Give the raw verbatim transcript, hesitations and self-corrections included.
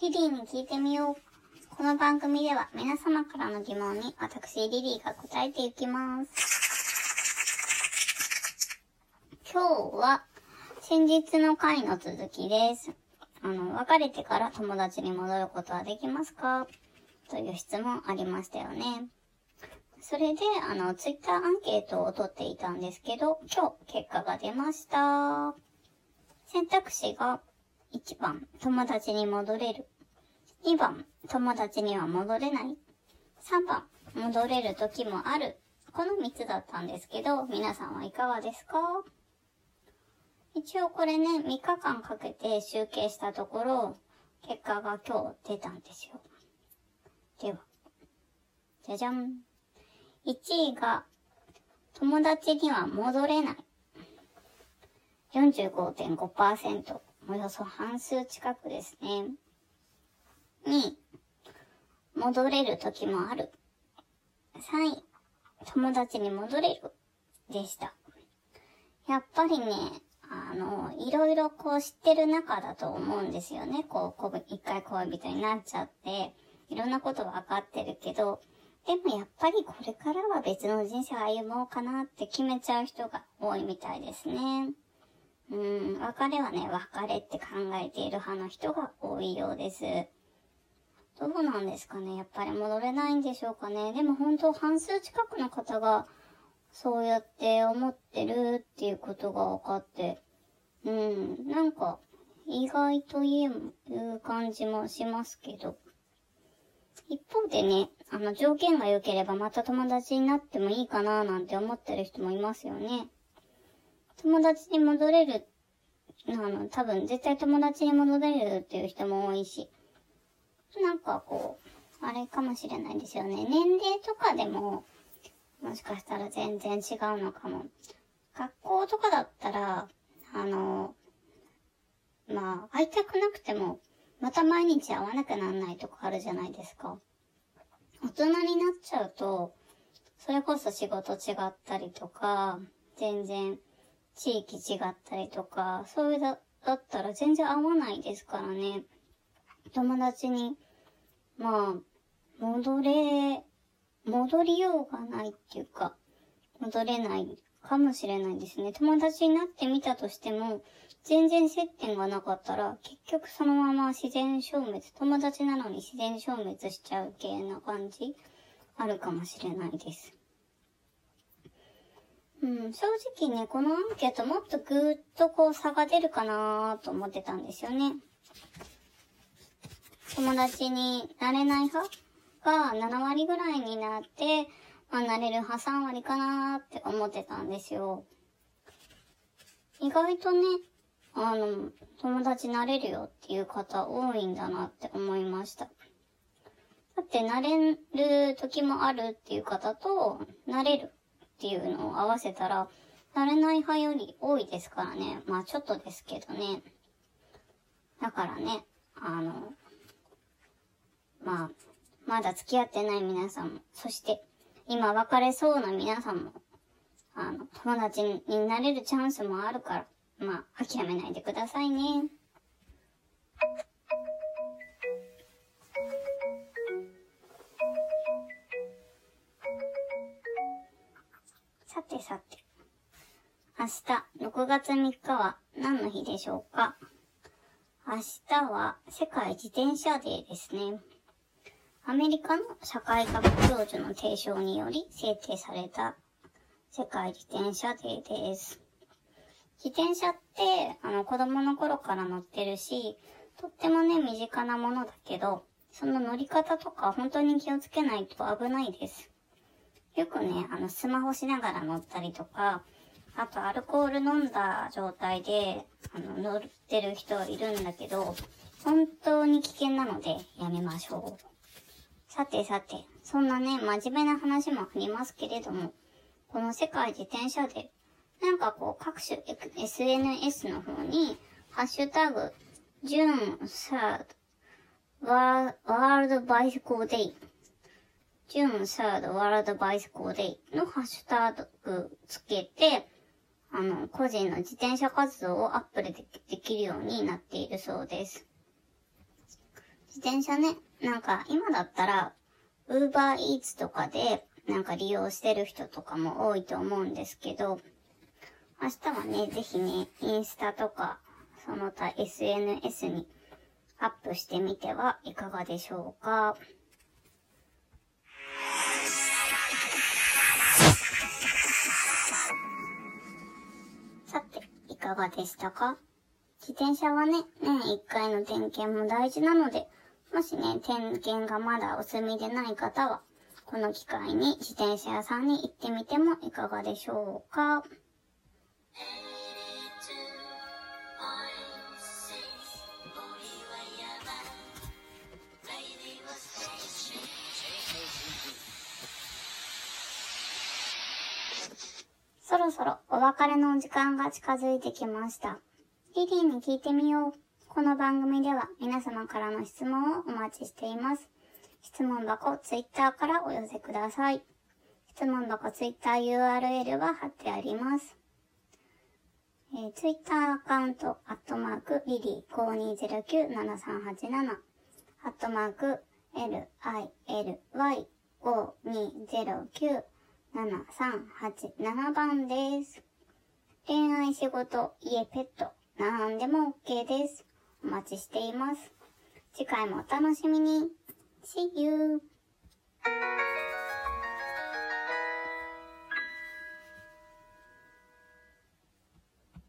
リリーに聞いてみよう。この番組では皆様からの疑問に私リリーが答えていきます。今日は先日の回の続きです。あの、別れてから友達に戻ることはできますか？という質問ありましたよね。それで、あの、ツイッターアンケートを取っていたんですけど、今日結果が出ました。選択肢がいちばん、友達に戻れる。にばん、友達には戻れない。さんばん、戻れる時もある。このみっつだったんですけど、皆さんはいかがですか？一応これね、みっかかんかけて集計したところ、結果が今日出たんですよ。では、じゃじゃん。いちいが、友達には戻れない。よんじゅうごてんごパーセント。およそ半数近くですね。にい、戻れる時もある。さんい、友達に戻れる。でした。やっぱりね、あの、いろいろこう知ってる中だと思うんですよね。こう、こう一回恋人になっちゃって、いろんなこと分かってるけど、でもやっぱりこれからは別の人生を歩もうかなって決めちゃう人が多いみたいですね。うん、別れはね、別れって考えている派の人が多いようです。どうなんですかね。やっぱり戻れないんでしょうかね。でも本当半数近くの方がそうやって思ってるっていうことが分かって、うん、なんか意外という感じもしますけど。一方でね、あの条件が良ければまた友達になってもいいかななんて思ってる人もいますよね。友達に戻れる、あの、多分絶対友達に戻れるっていう人も多いし、なんかこう、あれかもしれないですよね。年齢とかでも、もしかしたら全然違うのかも。学校とかだったら、あの、まあ、会いたくなくても、また毎日会わなくならないとかあるじゃないですか。大人になっちゃうと、それこそ仕事違ったりとか、全然地域違ったりとか、そういうだ、だったら全然会わないですからね。友達に、まあ、戻れ、戻りようがないっていうか、戻れないかもしれないですね。友達になってみたとしても、全然接点がなかったら、結局そのまま自然消滅、友達なのに自然消滅しちゃう系な感じ、あるかもしれないです。うん、正直ね、このアンケートもっとぐーっとこう差が出るかなと思ってたんですよね。友達になれない派がななわりぐらいになって、まあ、なれる派さんわりかなって思ってたんですよ。意外とね、あの、友達なれるよっていう方多いんだなって思いました。だってなれる時もあるっていう方と、なれるっていうのを合わせたら、なれない派より多いですからね。まあちょっとですけどね。だからね、あの、まあ、まだ付き合ってない皆さんも、そして今別れそうな皆さんも、あの、友達になれるチャンスもあるから、まあ、諦めないでくださいね。さてさて、明日ろくがつみっかは何の日でしょうか？明日は世界自転車デーですね。アメリカの社会学教授の提唱により制定された世界自転車デーです。自転車って、あの、子供の頃から乗ってるし、とってもね、身近なものだけど、その乗り方とか本当に気をつけないと危ないです。よくね、あの、スマホしながら乗ったりとか、あとアルコール飲んだ状態で、あの、乗ってる人いるんだけど、本当に危険なのでやめましょう。さてさて、そんなね、真面目な話もありますけれども、この世界自転車デー、なんかこう、各種 エスエヌエス の方に、ハッシュタグ、ジューンサード、ワールドバイスコーデイ、ジューンサードワールドバイスコーデイのハッシュタグつけて、あの、個人の自転車活動をアップでできるようになっているそうです。 自転車ね、なんか今だったら、ウーバーイーツとかでなんか利用してる人とかも多いと思うんですけど、明日はね、ぜひね、インスタとか、その他 エスエヌエス にアップしてみてはいかがでしょうか。さて、いかがでしたか？自転車はね、年いっかいの点検も大事なので、もしね、点検がまだお済みでない方は、この機会に自転車屋さんに行ってみてもいかがでしょうか。そろそろお別れの時間が近づいてきました。リリーに聞いてみよう。この番組では皆様からの質問をお待ちしています。質問箱、ツイッターからお寄せください。質問箱、ツイッター ユーアールエル は貼ってあります。えー、ツイッターアカウント、アットマーク、リリーごにーぜろきゅうななさんはちなな、アットマーク、エルアイエルワイごにーぜろきゅうななさんはちななばんです。恋愛、仕事、家、ペット、なんでも OK です。お待ちしています。次回もお楽しみに。See you!